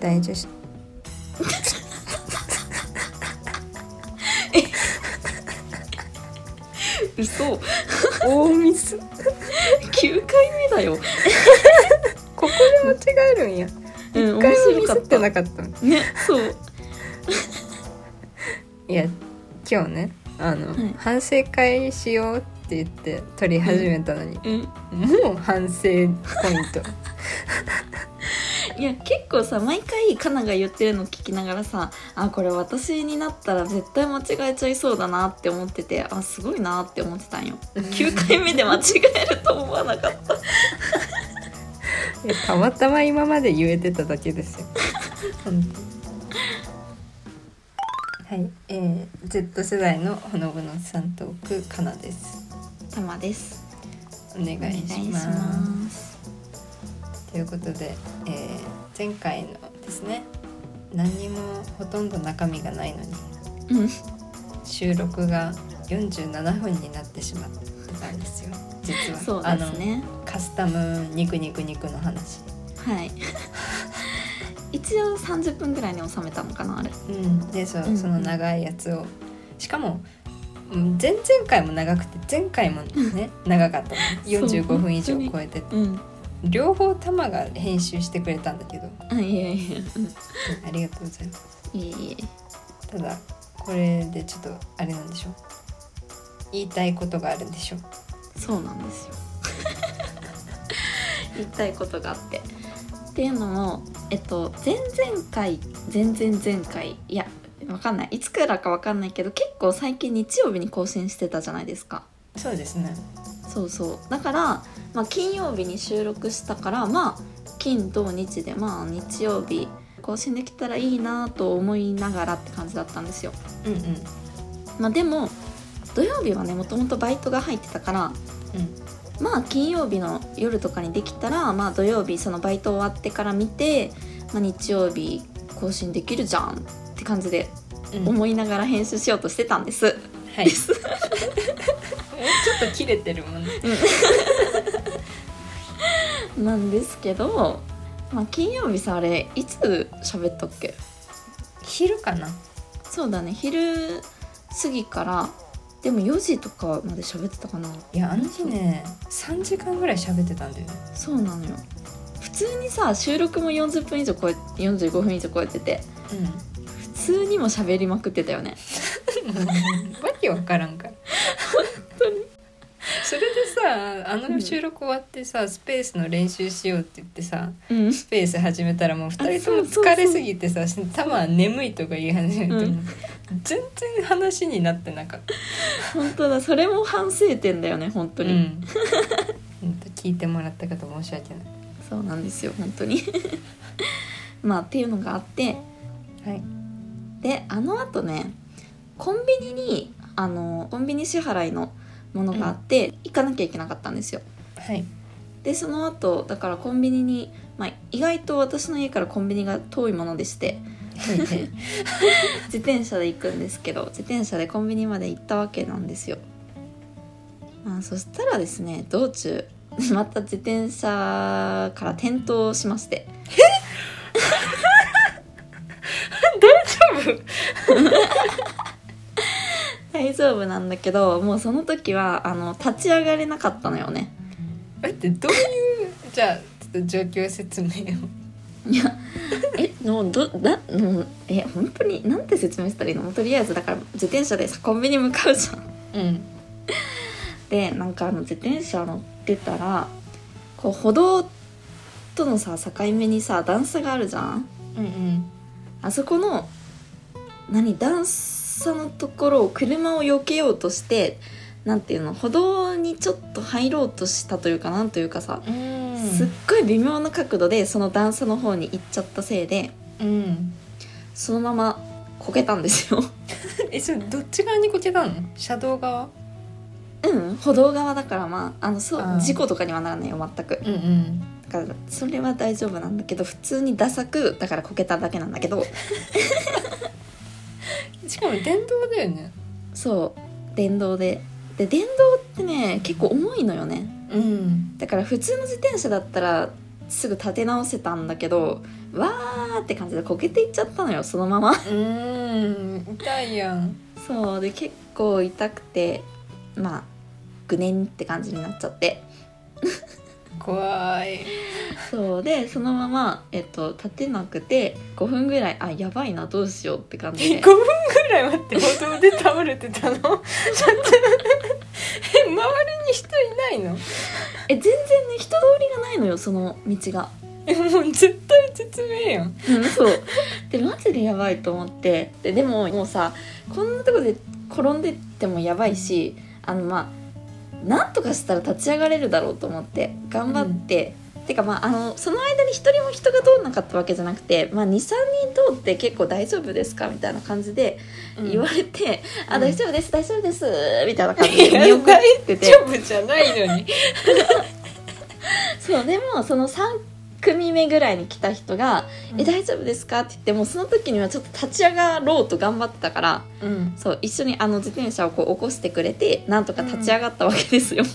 大女子嘘大ミス 9回目だよここで間違えるんや、一回もミスってなかったのね。そういや今日ね反省会しようって言って撮り始めたのに、もう反省ポイントいや結構さ、毎回カナが言ってるの聞きながらさ、あこれ私になったら絶対間違えちゃいそうだなって思ってて、あすごいなって思ってたんよ。9回目で間違えると思わなかったいやたまたま今まで言えてただけですよはい、Z 世代のほのぼのさんトークカナです。 たまです。 お願いしますということで、前回のですね、何にもほとんど中身がないのに、収録が47分になってしまってたんですよ実は。 そうですね、 カスタム肉の話、 はい一応30分ぐらいに収めたのかなあれ。 でその長いやつを、しかも前々回も長くて前回もね長かったの45分以上超えてて、両方タマが編集してくれたんだけど、 いやいや、 ありがとうございます。 いえいえ。 ただこれでちょっとあれなんでしょ、言いたいことがあるんでしょ。 そうなんですよ言いたいことがあっていうのも、前々回いやわかんない、いつからかわかんないけど結構最近日曜日に更新してたじゃないですか。 そうですね。 そうだから、金曜日に収録したから、金土日で日曜日更新できたらいいなと思いながらって感じだったんですよ。でも土曜日はねもともとバイトが入ってたから、金曜日の夜とかにできたら、土曜日そのバイト終わってから見て、日曜日更新できるじゃんって感じで思いながら編集しようとしてたんです、 はいちょっと切れてるもんねなんですけど、金曜日さあれいつ喋ったっけ。 昼かな。 そうだね、昼過ぎからでも4時とかまで喋ってたかな。 いやあの日ね3時間ぐらい喋ってたんだよね。 そうなのよ。普通にさ収録も40分以上45分以上超えてて、普通にも喋りまくってたよねわけわからんから本当に。 それでさ収録終わってさ、スペースの練習しようって言ってさ、スペース始めたらもう2人とも疲れすぎてさ、たま眠いとか言い始めて、全然話になってなかった。 本当だ、それも反省点だよね本当に、 聞いてもらった方申し訳ない。 そうなんですよ本当にっていうのがあって、であの後ねコンビニにコンビニ支払いのものがあって、行かなきゃいけなかったんですよ。でその後だからコンビニに、意外と私の家からコンビニが遠いものでして自転車で行くんですけど、自転車でコンビニまで行ったわけなんですよ。そしたらですね、道中また自転車から転倒しまして。 大丈夫大丈夫なんだけど、もうその時は立ち上がれなかったのよね。 待ってどういうじゃあちょっと状況説明を。 いや本当になんて説明したらいいの。もうとりあえずだから自転車でコンビニ向かうじゃん。でなんか自転車乗ってたらこう歩道とのさ境目にさ段差があるじゃん。あそこの段差のところを車を避けようとして、なんていうの、歩道にちょっと入ろうとしたというかなんというかさ、すっごい微妙な角度でその段差の方に行っちゃったせいで、そのままこけたんですよそれどっち側にこけたの？車道側？ 歩道側だから事故とかにはならないよ全く。だからそれは大丈夫なんだけど、普通にダサくだからこけただけなんだけどしかも電動だよね。 そう電動で電動ってね結構重いのよね。だから普通の自転車だったらすぐ立て直せたんだけど、わーって感じでこけていっちゃったのよ、そのまま。 痛いやん。 そうで結構痛くて、まあぐねんって感じになっちゃって怖い。 そうでそのまま、立てなくて5分ぐらい、あやばいなどうしようって感じで 5分ぐらい待って、歩道で倒れてたの？ちょっと周りに人いないの？ 全然ね人通りがないのよ、その道が。 もう絶対絶命やん。 そうでマジでやばいと思って、でももうさこんなとこで転んでってもやばいし、まあなんとかしたら立ち上がれるだろうと思って頑張って、てかその間に一人も人が通んなかったわけじゃなくて、2、3人通って結構大丈夫ですかみたいな感じで言われて、大丈夫です大丈夫ですみたいな感じで見送ってて、 大丈夫じゃないのにそうでもその3組目ぐらいに来た人が大丈夫ですかって言って、もうその時にはちょっと立ち上がろうと頑張ってたから、そう一緒に自転車をこう起こしてくれてなんとか立ち上がったわけですよ、で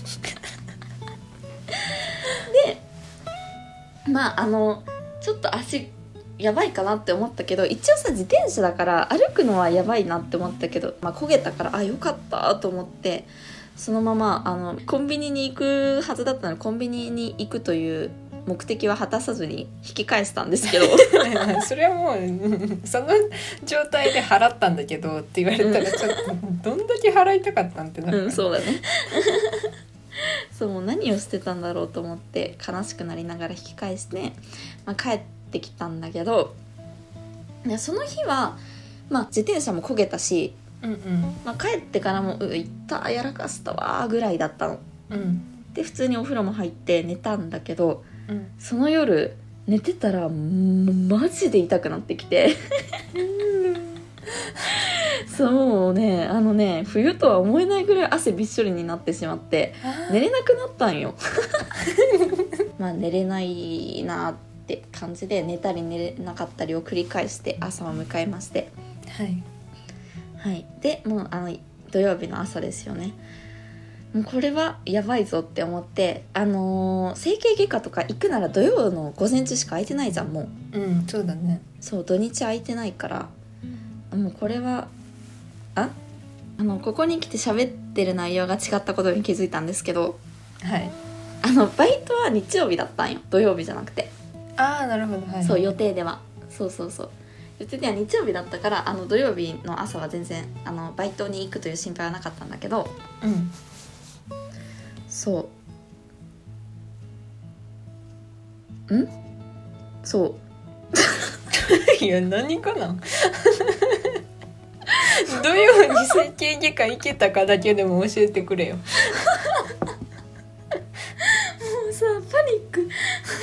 ちょっと足やばいかなって思ったけど、一応さ自転車だから歩くのはやばいなって思ったけど、焦げたからよかったと思って、そのままコンビニに行くはずだったのでコンビニに行くという目的は果たさずに引き返したんですけどそれはもうその状態で払ったんだけどって言われたらちょっとどんだけ払いたかったんってなるから、 そうだねそうもう何をしてたんだろうと思って悲しくなりながら引き返して、帰ってきたんだけど、その日は、自転車も焦げたし、帰ってからもいったやらかしたわぐらいだったの、で普通にお風呂も入って寝たんだけど、その夜寝てたらマジで痛くなってきてそうね冬とは思えないぐらい汗びっしょりになってしまって寝れなくなったんよ寝れないなって感じで寝たり寝れなかったりを繰り返して朝を迎えまして、でもう土曜日の朝ですよね。もうこれはやばいぞって思って、整形外科とか行くなら土曜の午前中しか空いてないじゃんもう。 そうだね。 そう土日空いてないから、もうこれはここに来て喋ってる内容が違ったことに気づいたんですけど、バイトは日曜日だったんよ、土曜日じゃなくて。 なるほど、 そう予定ではそう予定では日曜日だったから、土曜日の朝は全然バイトに行くという心配はなかったんだけど、そういや何かな土曜に整形外科行けたかだけでも教えてくれよもうさパニック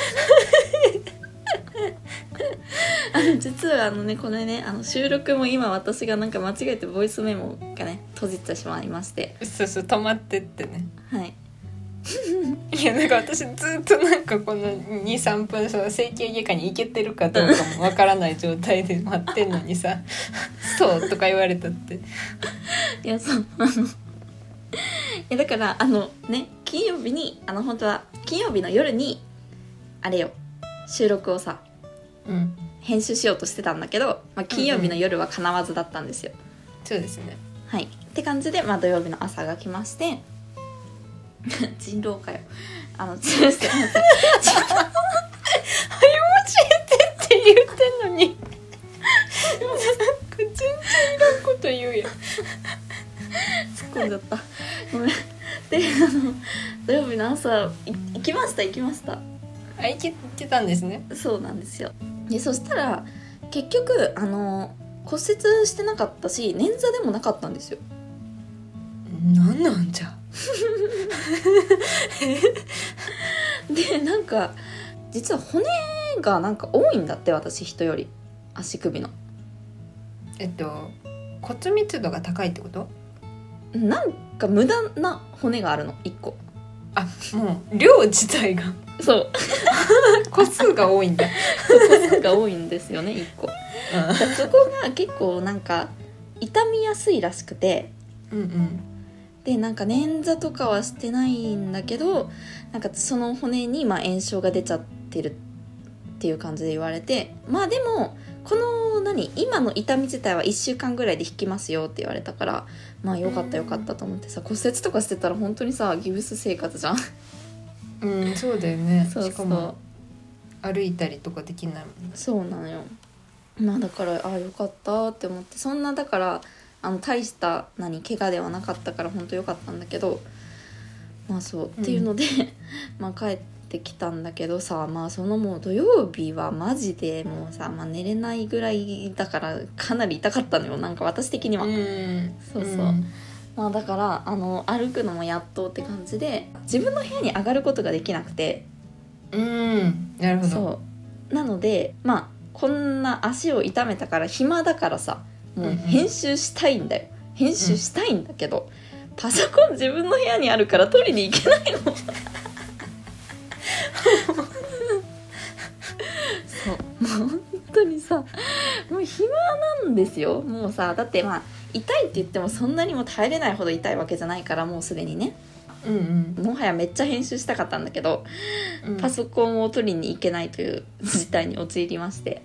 実はこれね収録も今私が間違えてボイスメモがね閉じてしまいまして、 そう止まってってね。いや私ずっとこの 2,3 分その整形外科に行けてるかどうかもわからない状態で待ってんのにさそうとか言われたって。 いやそういやだから金曜日に本当は金曜日の夜にあれよ収録をさ、編集しようとしてたんだけど、金曜日の夜は叶わずだったんですよ。 そうですね。 って感じで、土曜日の朝が来まして人狼かよちょっと早教えてって言ってんのに全然いらんこと言うやん。 突っ込んじゃったごめん。で土曜日の朝行きました行けたんですね。 そうなんですよ。でそしたら結局骨折してなかったし捻挫でもなかったんですよ。 なんじゃで実は骨が多いんだって、私人より足首の骨密度が高いってこと？ 無駄な骨があるの1個。 もう量自体がそう個数が多いんだ個数が多いんですよね1個そこが結構痛みやすいらしくて、で捻挫とかはしてないんだけどその骨に炎症が出ちゃっててるっていう感じで言われて、まあでもこの今の痛み自体は1週間ぐらいで引きますよって言われたから、まあよかったよかったと思ってさ、骨折とかしてたら本当にさギブス生活じゃん。 そうだよね。 そうそう、 しかも歩いたりとかできないもんね。 そうなのよ。まあだからよかったって思って、そんなだから大した怪我ではなかったから本当よかったんだけど、まあそうっていうのでまあ帰ってきたんだけどさ、まあそのもう土曜日はマジでもうさ、まあ、寝れないぐらいだからかなり痛かったのよ、なんか私的には。そうそう、まあだから歩くのもやっとって感じで、自分の部屋に上がることができなくて、 なるほど。 そうなので、まあこんな足を痛めたから暇だからさ、もう編集したいんだよ、編集したいんだけど、パソコン自分の部屋にあるから取りに行けないのそうもう本当にさ、もう暇なんですよ。もうさ、だってまあ痛いって言ってもそんなにも耐えれないほど痛いわけじゃないから、もうすでにね、もはやめっちゃ編集したかったんだけど、パソコンを取りに行けないという事態に陥りまして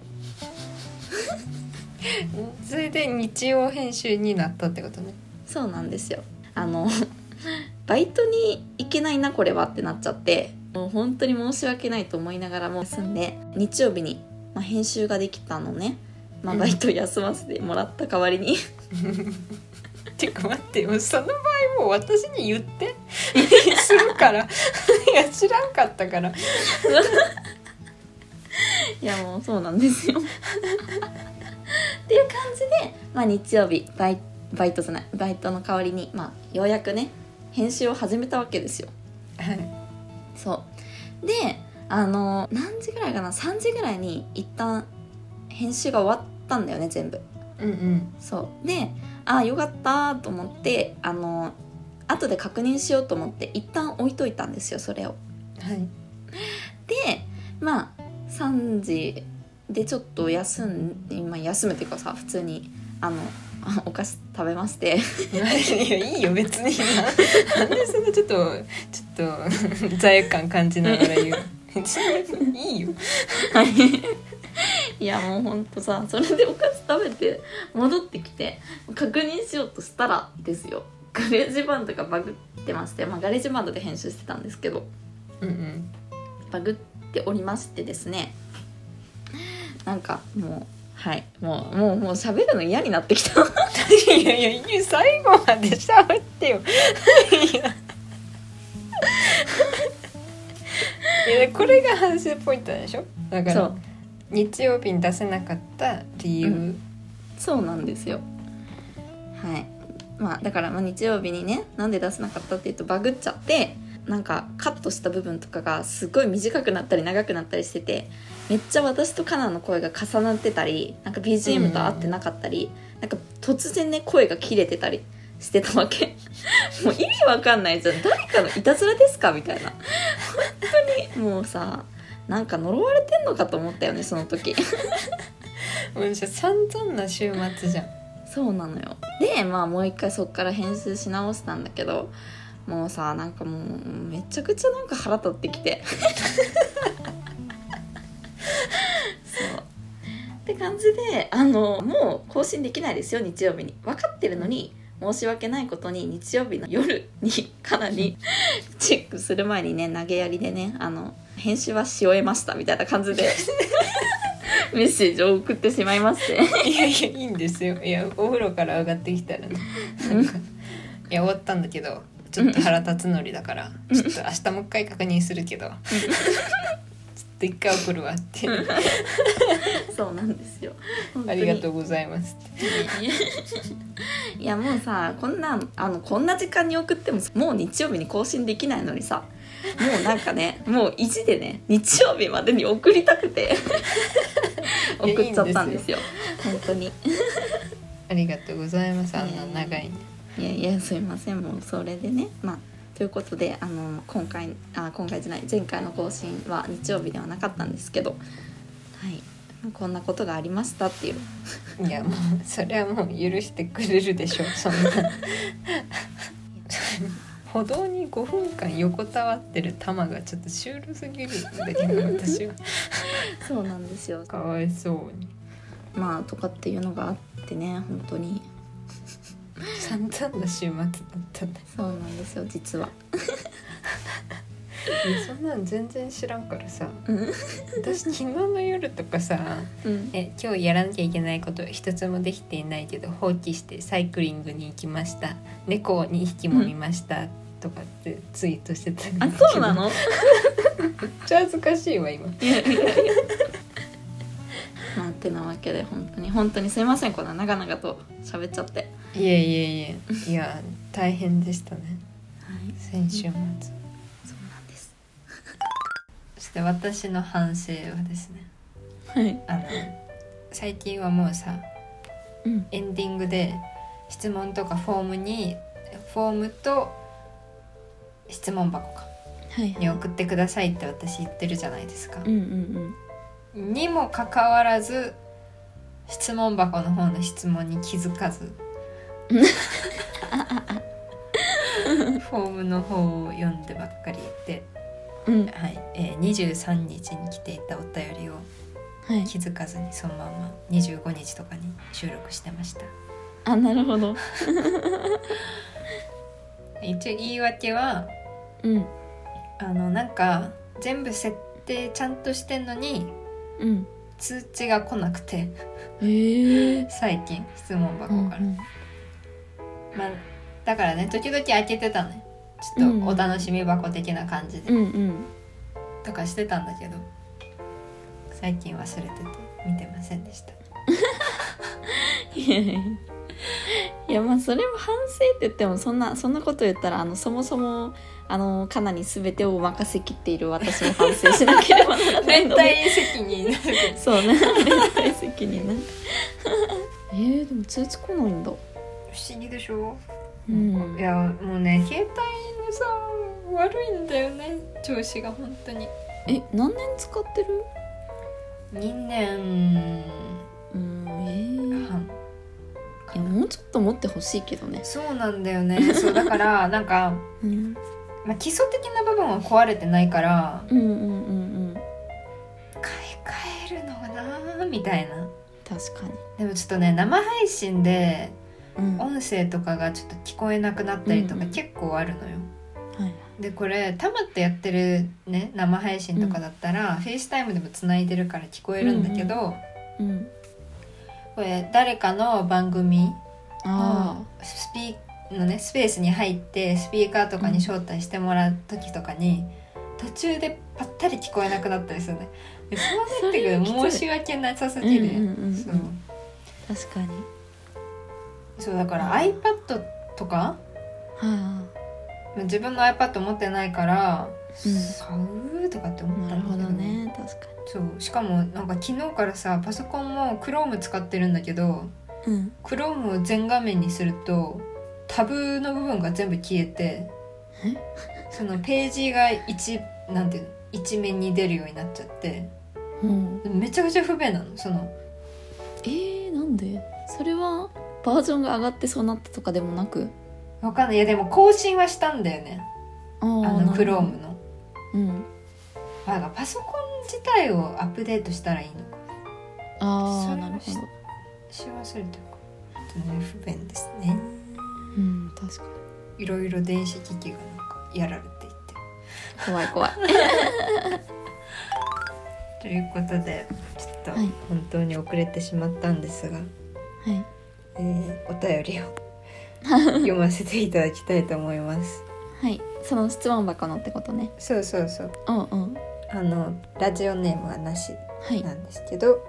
それで日曜編集になったってことね。 そうなんですよ。バイトに行けないなこれはってなっちゃって、もう本当に申し訳ないと思いながらも休んで、日曜日に、まあ、編集ができたのね、まあ、バイト休ませてもらった代わりにてか待ってよ、その場合もう私に言ってするからいや知らんかったからいやもうそうなんですよっていう感じで、まあ、日曜日バイトの代わりに、まあ、ようやくね編集を始めたわけですよ。 はい。 そうで何時ぐらいかな、3時ぐらいに一旦編集が終わったんだよね全部。そうでよかったと思って後で確認しようと思って一旦置いといたんですよそれを。 はい。 でまあ3時でちょっと休むっていうかさ、普通にお菓子食べましていやいいよ別になんでそんなちょっと罪悪感感じながら言ういいよいやもうほんとさ、それでお菓子食べて戻ってきて確認しようとしたらですよ、ガレージバンドがバグってまして、まあ、ガレージバンドで編集してたんですけど、バグっておりましてですね、なんかもうはいもう喋るの嫌になってきたいや最後まで喋ってよいやこれが反省ポイントでしょ。だから日曜日に出せなかった理由、 そうなんですよ。はい、まあだから日曜日にね、なんで出せなかったっていうとバグっちゃって、なんかカットした部分とかがすごい短くなったり長くなったりしてて、めっちゃ私とカナの声が重なってたり、なんか BGM と合ってなかったり、なんか突然ね声が切れてたりしてたわけもう意味わかんないじゃん、誰かのいたずらですかみたいな、本当にもうさ、なんか呪われてんのかと思ったよねその時もう散々な週末じゃん。 そうなのよ。でまあもう一回そっから編集し直したんだけど、もうさ、なんかもうめちゃくちゃなんか腹立ってきてそうって感じでもう更新できないですよ日曜日に、分かってるのに申し訳ないことに日曜日の夜にかなりチェックする前にね、投げやりでね編集はし終えましたみたいな感じでメッセージを送ってしまいましていやいいんですよ。いやお風呂から上がってきたらね、なんかいや終わったんだけどちょっと腹立つのりだからちょっと明日もう一回確認するけどちょっと一回送るわってそうなんですよ。 ありがとうございますいやもうさ、こんな時間に送ってももう日曜日に更新できないのにさ、もうなんかねもう意地でね日曜日までに送りたくて送っちゃったんですよ。本当にありがとうございます。あんな長いね。 いやすいません。もうそれでね、まあということで今回じゃない前回の更新は日曜日ではなかったんですけど、はいこんなことがありましたっていういやもうそれはもう許してくれるでしょそんな歩道に5分間横たわってる玉がちょっとシュールすぎるんだけど私はそうなんですよ。 かわいそうにまあとかっていうのがあってね、本当に散々な週末だったんだ。 そうなんですよ実は。 そんなん全然知らんからさ、私昨日の夜とかさ、今日やらなきゃいけないこと一つもできていないけど放棄してサイクリングに行きました、猫を2匹も見ました、とかってツイートしてたんだけど。 あ、そうなの？ めっちゃ恥ずかしいわ今。 まあてなわけで本当にすいません、こんな長々と喋っちゃって。 いえいや大変でしたね、 はい、 先週末。そして私の反省はですね、 はい、 最近はもうさ、エンディングで質問とかフォームと質問箱か、に送ってくださいって私言ってるじゃないですか、にもかかわらず質問箱の方の質問に気づかずフォームの方を読んでばっかりで、23日に来ていたお便りを気づかずにそのまま25日とかに収録してました。 あ、なるほど。 一応言い訳は、なんか全部設定ちゃんとしてんのに、通知が来なくて、最近質問箱から、まあ、だからね時々開けてたね、ちょっとお楽しみ箱的な感じで、とかしてたんだけど最近忘れてて見てませんでした。 いやまあそれも反省って言ってもそんなこと言ったらそもそもカナに全てを任せきっている私も反省しなければならないので連帯責任になる。 そうね、連帯責任ね。でも通知来ないんだ。 不思議でしょ、いやもうね携帯のさ悪いんだよね、調子が本当に。 何年使ってる ？2年半。 いやもうちょっと持ってほしいけどね。 そうなんだよね。そうだからなんか、まあ、基礎的な部分は壊れてないから、買い替えるのかなみたいな。 確かに。 でもちょっとね生配信で音声とかがちょっと聞こえなくなったりとか結構あるのよ、でこれたまってやってるね生配信とかだったら、フェイスタイムでもつないでるから聞こえるんだけど、これ誰かの番組のスペースに入ってスピーカーとかに招待してもらう時とかに、途中でぱったり聞こえなくなったりするね。でそうなってくると申し訳なさすぎる、そう確かに。 そうだから iPad とか、自分の iPad 持ってないから買うとかって思ったんだけど。 なるほどね、確かに。 そうしかもなんか昨日からさパソコンも Chrome 使ってるんだけど、Chrome を全画面にするとタブの部分が全部消えて、そのページがなんていうの一面に出るようになっちゃって、めちゃくちゃ不便なの。そのなんで？それはバージョンが上がってそうなったとかでもなく？ わかんない。いやでも更新はしたんだよね、Chrome の。なんかパソコン自体をアップデートしたらいいのか。 なるほど。 し忘れてるか。不便ですね。 確かに。いろいろ電子機器がなんかやられていて怖いということでちょっと本当に遅れてしまったんですが、お便りを読ませていただきたいと思います。 その質問箱のってことね。 そう。ラジオネームはなしなんですけど、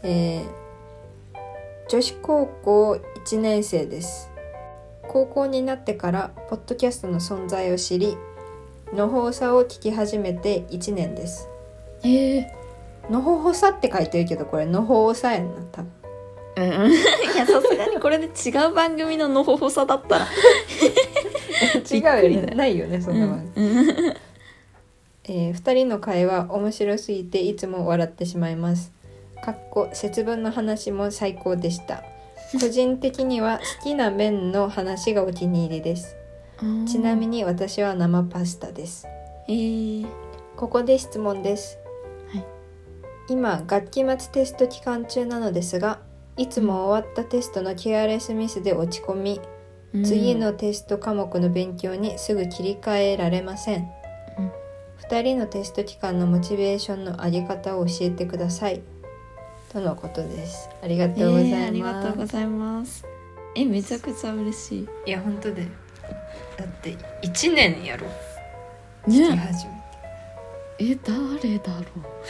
女子高校1年生です。高校になってからポッドキャストの存在を知り、のほうさを聞き始めて1年です。のほさって書いてるけどこれのほうさやんな多分。 いやさすがにこれで違う番組ののほほさだったら違うよね、ないよねそんな番組。2人の会話面白すぎていつも笑ってしまいます。節分の話も最高でした。個人的には好きな麺の話がお気に入りです。 ちなみに私は生パスタです。ここで質問です、 はい、 今学期末テスト期間中なのですが、いつも終わったテストのケアレスミスで落ち込み、次のテスト科目の勉強にすぐ切り替えられません。2人のテスト期間のモチベーションの上げ方を教えてくださいとのことです。ありがとうございます。 ありがとうございます。めちゃくちゃ嬉しい。 いや本当で、だって1年やろ、 ね、 聞き始めて。 誰だろ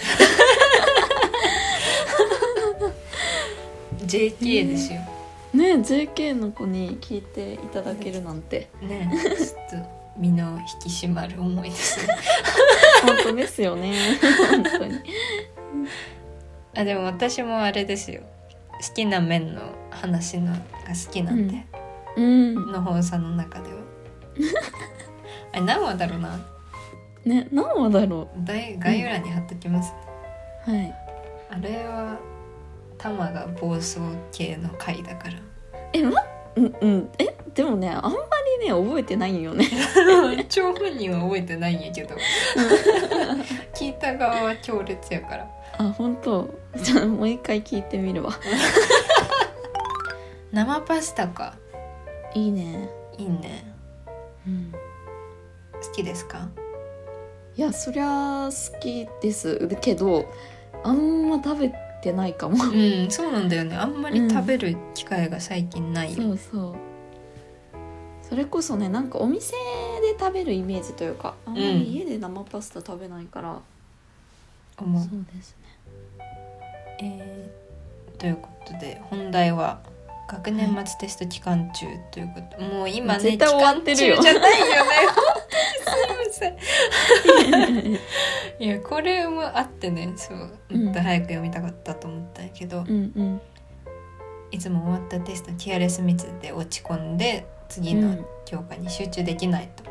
うJK ですよ、 ね。JK の子に聞いていただけるなんてね。ちょっと身の引き締まる思いですね。 本当ですよね。本当に。 でも私もあれですよ、好きな面の話のが好きなんで、の放送の中ではあれ何話だろうな、 ね、何話だろう。 概要欄に貼っときますね、 はい。あれはタマが暴走系の回だから。 でもね、あんまりね覚えてないよね。 超本人は覚えてないんやけど聞いた側は強烈やから。 本当。じゃあもう一回聞いてみるわ。 生パスタか。 いいね。 いいね、好きですか？ いやそりゃ好きですけど、あんま食べてないかも。 そうなんだよね。あんまり食べる機会が最近ないよ、 そうそれこそね、なんかお店で食べるイメージというか、あんまり家で生パスタ食べないから、そうですね。ということで本題は学年末テスト期間中ということ、もう今ね絶対終わってるよ。 期間中じゃないよね。すいません。いやこれもあってね、そうもっと早く読みたかったと思ったんやけど、いつも終わったテストケアレスミスで落ち込んで次の教科に集中できないと。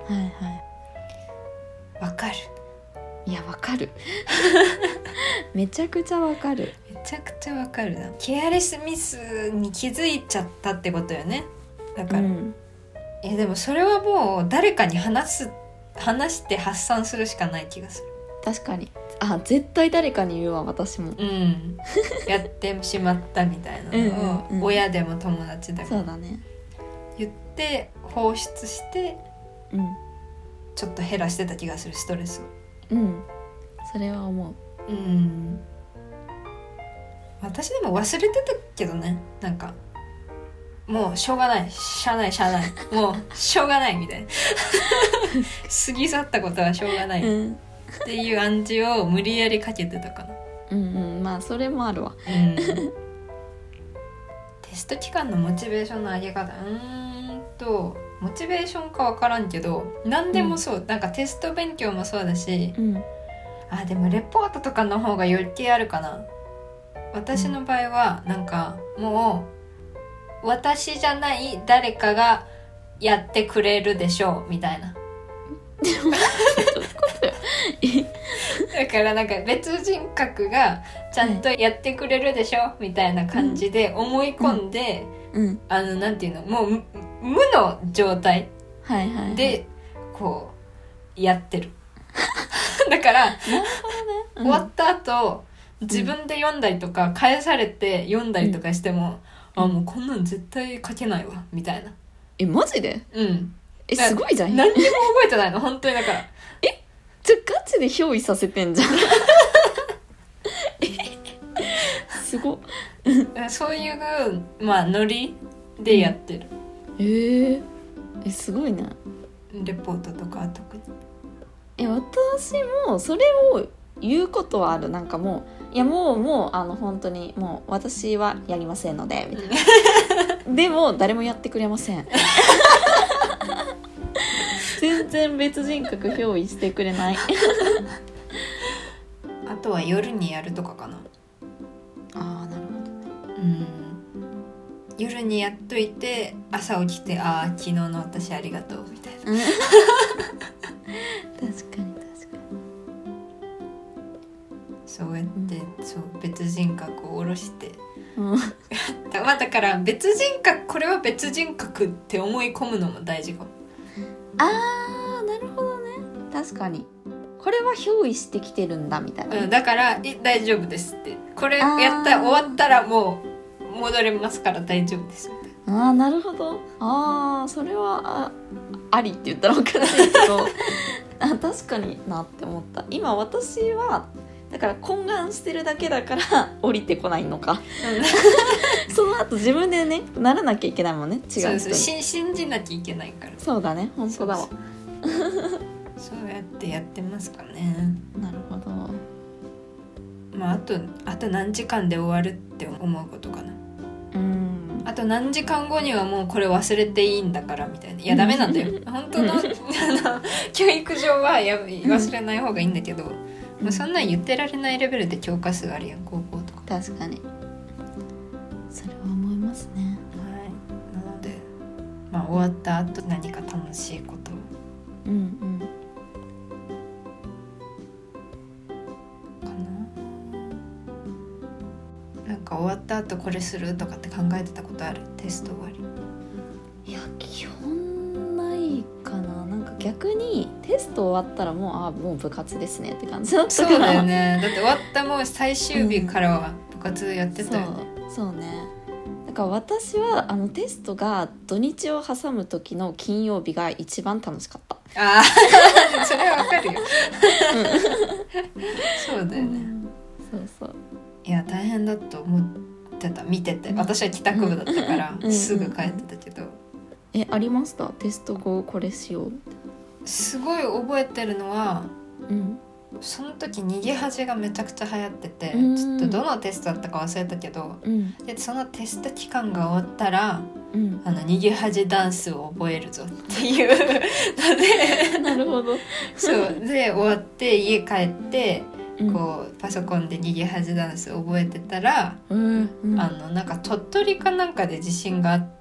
わかる。 いやわかる。めちゃくちゃわかる。 めちゃくちゃわかるな。ケアレスミスに気づいちゃったってことよね。だから、いやでもそれはもう誰かに話して発散するしかない気がする。 確かに。絶対誰かに言うわ、私も。 やってしまったみたいなのを親でも友達でもそうだね、 言って放出して、ちょっと減らしてた気がする、ストレスを。 それは思う。 私でも忘れてたけどね。なんかもうしょうがない、しゃあないもうしょうがないみたいな過ぎ去ったことはしょうがない、っていう暗示を無理やりかけてたかな。 まあそれもあるわ。 テスト期間のモチベーションの上げ方、モチベーションか分からんけど、何でもそう、なんかテスト勉強もそうだし、でもレポートとかの方が余計あるかな。私の場合はなんかもう私じゃない誰かがやってくれるでしょうみたいな。だからなんか別人格がちゃんとやってくれるでしょみたいな感じで思い込んで、なんていうの、もう無の状態でこうやってる。だから終わった後自分で読んだりとか返されて読んだりとかしても、もうこんなん絶対書けないわみたいな。 マジで？すごいじゃん。 何にも覚えてないの本当に。だからじゃガチで憑依させてんじゃん。すご。 そういうノリでやってる。すごいね。 レポートとかは特に。 私もそれを言うことはある。なんかもう本当にもう私はやりませんのでみたいな。でも誰もやってくれません。全然別人格憑依してくれない。 あとは夜にやるとかかな。 なるほどね。夜にやっといて朝起きて昨日の私ありがとうみたいな。 確かにそうやって、別人格を下ろして、だから別人格、これは別人格って思い込むのも大事かも。 あーなるほどね。確かにこれは憑依してきてるんだみたいな、 だから大丈夫ですって、これやった終わったらもう戻れますから大丈夫ですみたいな。なるほど。それはありって言ったらおかしいけど確かになって思った。今私はだから懇願してるだけだから降りてこないのかその後自分でねならなきゃいけないもんね。違う人に。 そう信じなきゃいけないから。 そうだね、本当だわ。 そうやってやってますかね。 なるほど。 まああと何時間で終わるって思うことかな。あと何時間後にはもうこれ忘れていいんだからみたいな。いやダメなんだよ本当の教育上は忘れない方がいいんだけど、もうそんなん言ってられないレベルで教科数あるやん、高校とか。 確かにそれは思いますね。 はい。なのでまあ終わった後何か楽しいことをなんか終わった後これするとかって考えてたことある？テスト終わり。 いや基本ないかな。なんか逆にテスト終わったらもう部活ですねって感じだったから。 そうだよね。だって終わったもう最終日からは部活やってたよね。 そうね。だから私はテストが土日を挟む時の金曜日が一番楽しかった。 それはわかるよそうだよね、 そういや大変だと思ってた、見てて。私は帰宅部だったからすぐ帰ってたけど、 ありました？テスト後これしようみたいな。すごい覚えてるのは、その時逃げ恥がめちゃくちゃ流行ってて、ちょっとどのテストだったか忘れたけど、でそのテスト期間が終わったら、逃げ恥ダンスを覚えるぞっていうのでなるほどそうで終わって家帰ってこうパソコンで逃げ恥ダンスを覚えてたら、なんか鳥取かなんかで地震があって、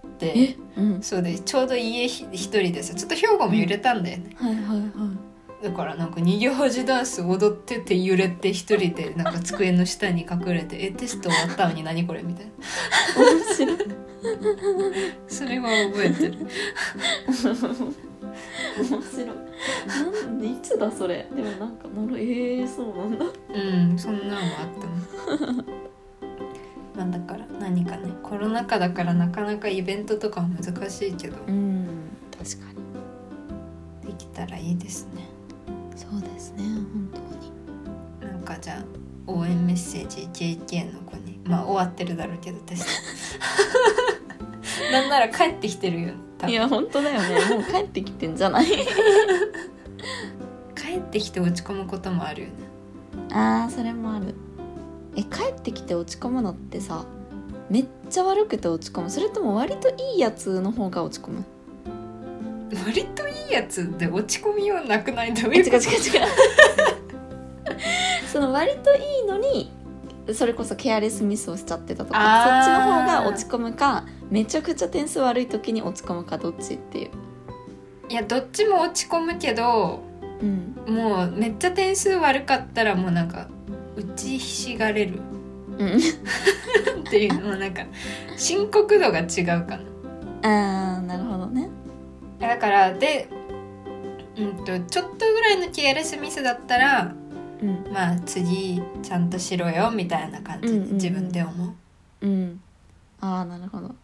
そうでちょうど家一人でさ、ちょっと兵庫も揺れたんだよね、だからなんか逃げ恥ダンス踊ってて揺れて一人でなんか机の下に隠れてテスト終わったのに何これみたいな面白いそれは覚えてる面白い。なんでいつだそれ。でもなんかそうなんだ。 そんなのもあったのまあだから何かね、コロナ禍だからなかなかイベントとかは難しいけど、確かにできたらいいですね。 そうですね、本当に。 なんかじゃあ応援メッセージ JK の子に、まあ終わってるだろうけどテストなんなら帰ってきてるよね多分。 いや本当だよね、もう帰ってきてんじゃない帰ってきて落ち込むこともあるよね。それもある。帰ってきて落ち込むのってさ、めっちゃ悪くて落ち込む、それとも割といいやつの方が落ち込む？ 割といいやつで落ち込みようなくない？どういうこと？違うその割といいのにそれこそケアレスミスをしちゃってたとか、そっちの方が落ち込むか、めちゃくちゃ点数悪い時に落ち込むか、どっちっていう。 いやどっちも落ち込むけど、もうめっちゃ点数悪かったらもうなんか打ちひしがれる、っていうのもなんか深刻度が違うかな。なるほどね。 だからで、ちょっとぐらいのケアレスミスだったら、まあ次ちゃんとしろよみたいな感じで自分で思う。 なるほど。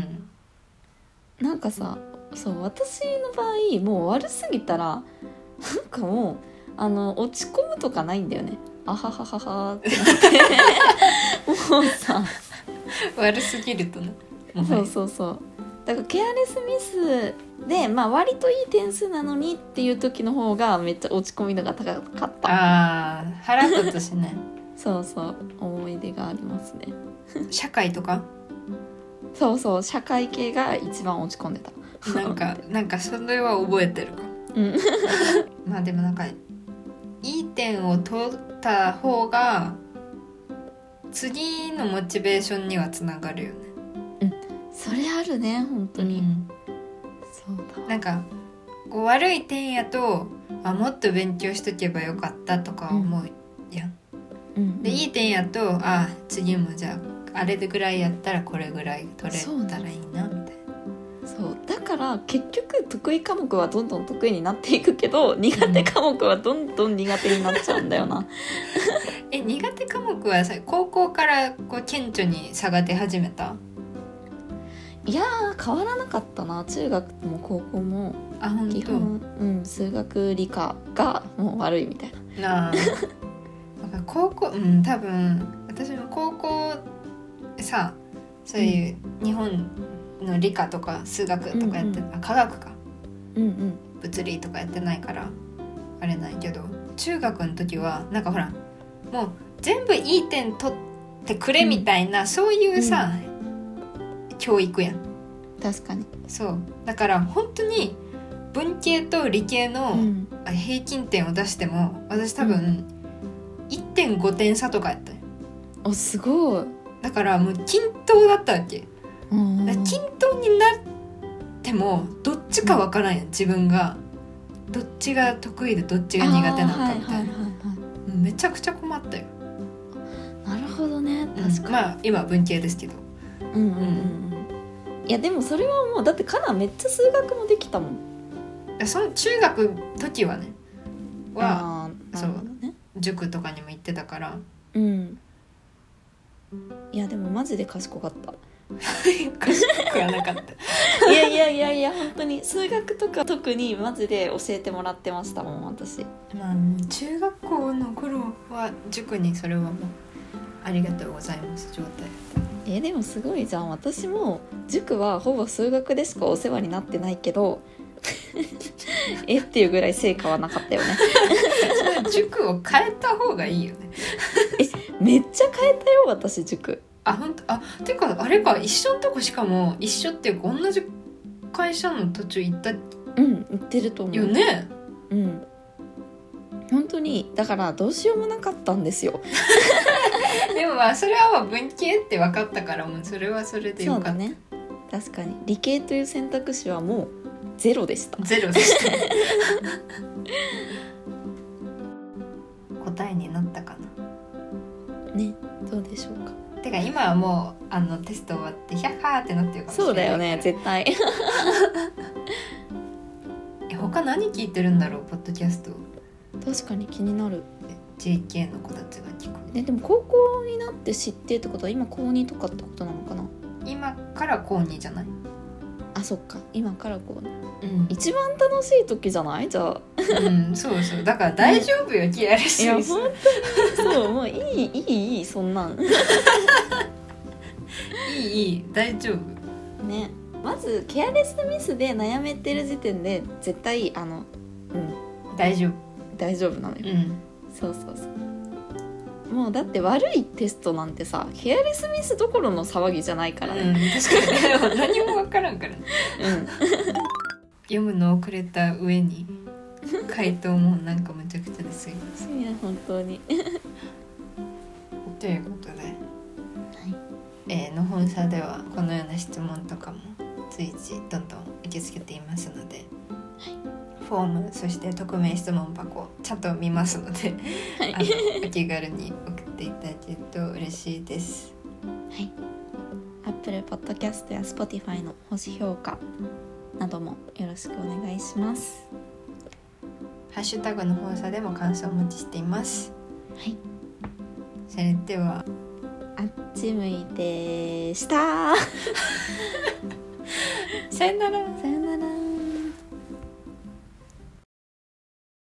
なんかさ、そう私の場合もう悪すぎたらなんかもう落ち込むとかないんだよね。あははははってなってもうさ悪すぎるとね。 そうだからケアレスミスで、割といい点数なのにっていう時の方がめっちゃ落ち込み度が高かった。 腹立つしねそう思い出がありますね社会とかそう社会系が一番落ち込んでたなんかそれは覚えてるかまあでもなんかいい点を取った方が次のモチベーションにはつながるよね。 それあるね本当に、そうだ。 なんかこう悪い点やともっと勉強しとけばよかったとか思うやん、でいい点やと次もじゃああれぐらいやったらこれぐらい取れたらいいなみたいな。 そうだから結局得意科目はどんどん得意になっていくけど苦手科目はどんどん苦手になっちゃうんだよな苦手科目はさ高校からこう顕著に差が出始めた？ いや変わらなかったな。中学も高校も基本、数学理科がもう悪いみたいな。 高校多分私も高校さそういう日本の理科とか数学とかやって、科学か、物理とかやってないからあれないけど、中学の時はなんかほらもう全部いい点取ってくれみたいな、そういうさ、教育やん。 確かにそうだから本当に文系と理系の平均点を出しても私多分 1.5 点差とかやったよ。 おすごい。 だからもう均等だったわけ。均等になってもどっちかわからんやん、自分がどっちが得意でどっちが苦手なのかみたいな。めちゃくちゃ困ったよ。 なるほどね。確かに、 まあ今文系ですけど、 いやでもそれはもうだってカナめっちゃ数学もできたもん。 その中学の時はねそう、 ね、 塾とかにも行ってたから。 いやでもマジで賢かった賢くはなかったいや本当に数学とか特にマジで教えてもらってましたもん私。 まあ中学校の頃は塾にそれはもうありがとうございます状態。 でもすごいじゃん。私も塾はほぼ数学でしかお世話になってないけどっていうぐらい成果はなかったよね塾を変えた方がいいよねめっちゃ変えたよ私塾。 本当。てかあれか一緒のとこ、しかも一緒っていうか同じ会社の途中行った行ってると思うよね。 本当にだからどうしようもなかったんですよでもまあそれは文系って分かったからもうそれはそれでよかった。 そうだね、確かに理系という選択肢はもうゼロでした。 ゼロでした答えになったかなね。どうでしょうか。 てか今はもうテスト終わってヒャッハーってなってるかもしれない。 そうだよね絶対他何聞いてるんだろうポッドキャスト。 確かに気になる。 JK の子たちが聞く、 でも高校になって知ってってことは今高2とかってことなのかな。 今から高2じゃない？ そっか今から高2、一番楽しい時じゃないじゃあそうそうだから大丈夫よ、ケアレスミス。 いや本当にそうもういいそんなんいい大丈夫ね。まずケアレスミスで悩めてる時点で絶対大丈夫なのよ、そうもうだって悪いテストなんてさケアレスミスどころの騒ぎじゃないからね、 確かに何も分からんからね読むの遅れた上に回答もなんかむちゃくちゃですいません。 いや本当にということで、の本社ではこのような質問とかも随時どんどん受け付けていますので、フォームそして匿名質問箱ちゃんと見ますので、お気軽に送っていただけると嬉しいです。 Apple Podcast や Spotify の星評価などもよろしくお願いします。 ハッシュタグの放送でも感想をお待ちしています。それではあっち向いてしたさよなら。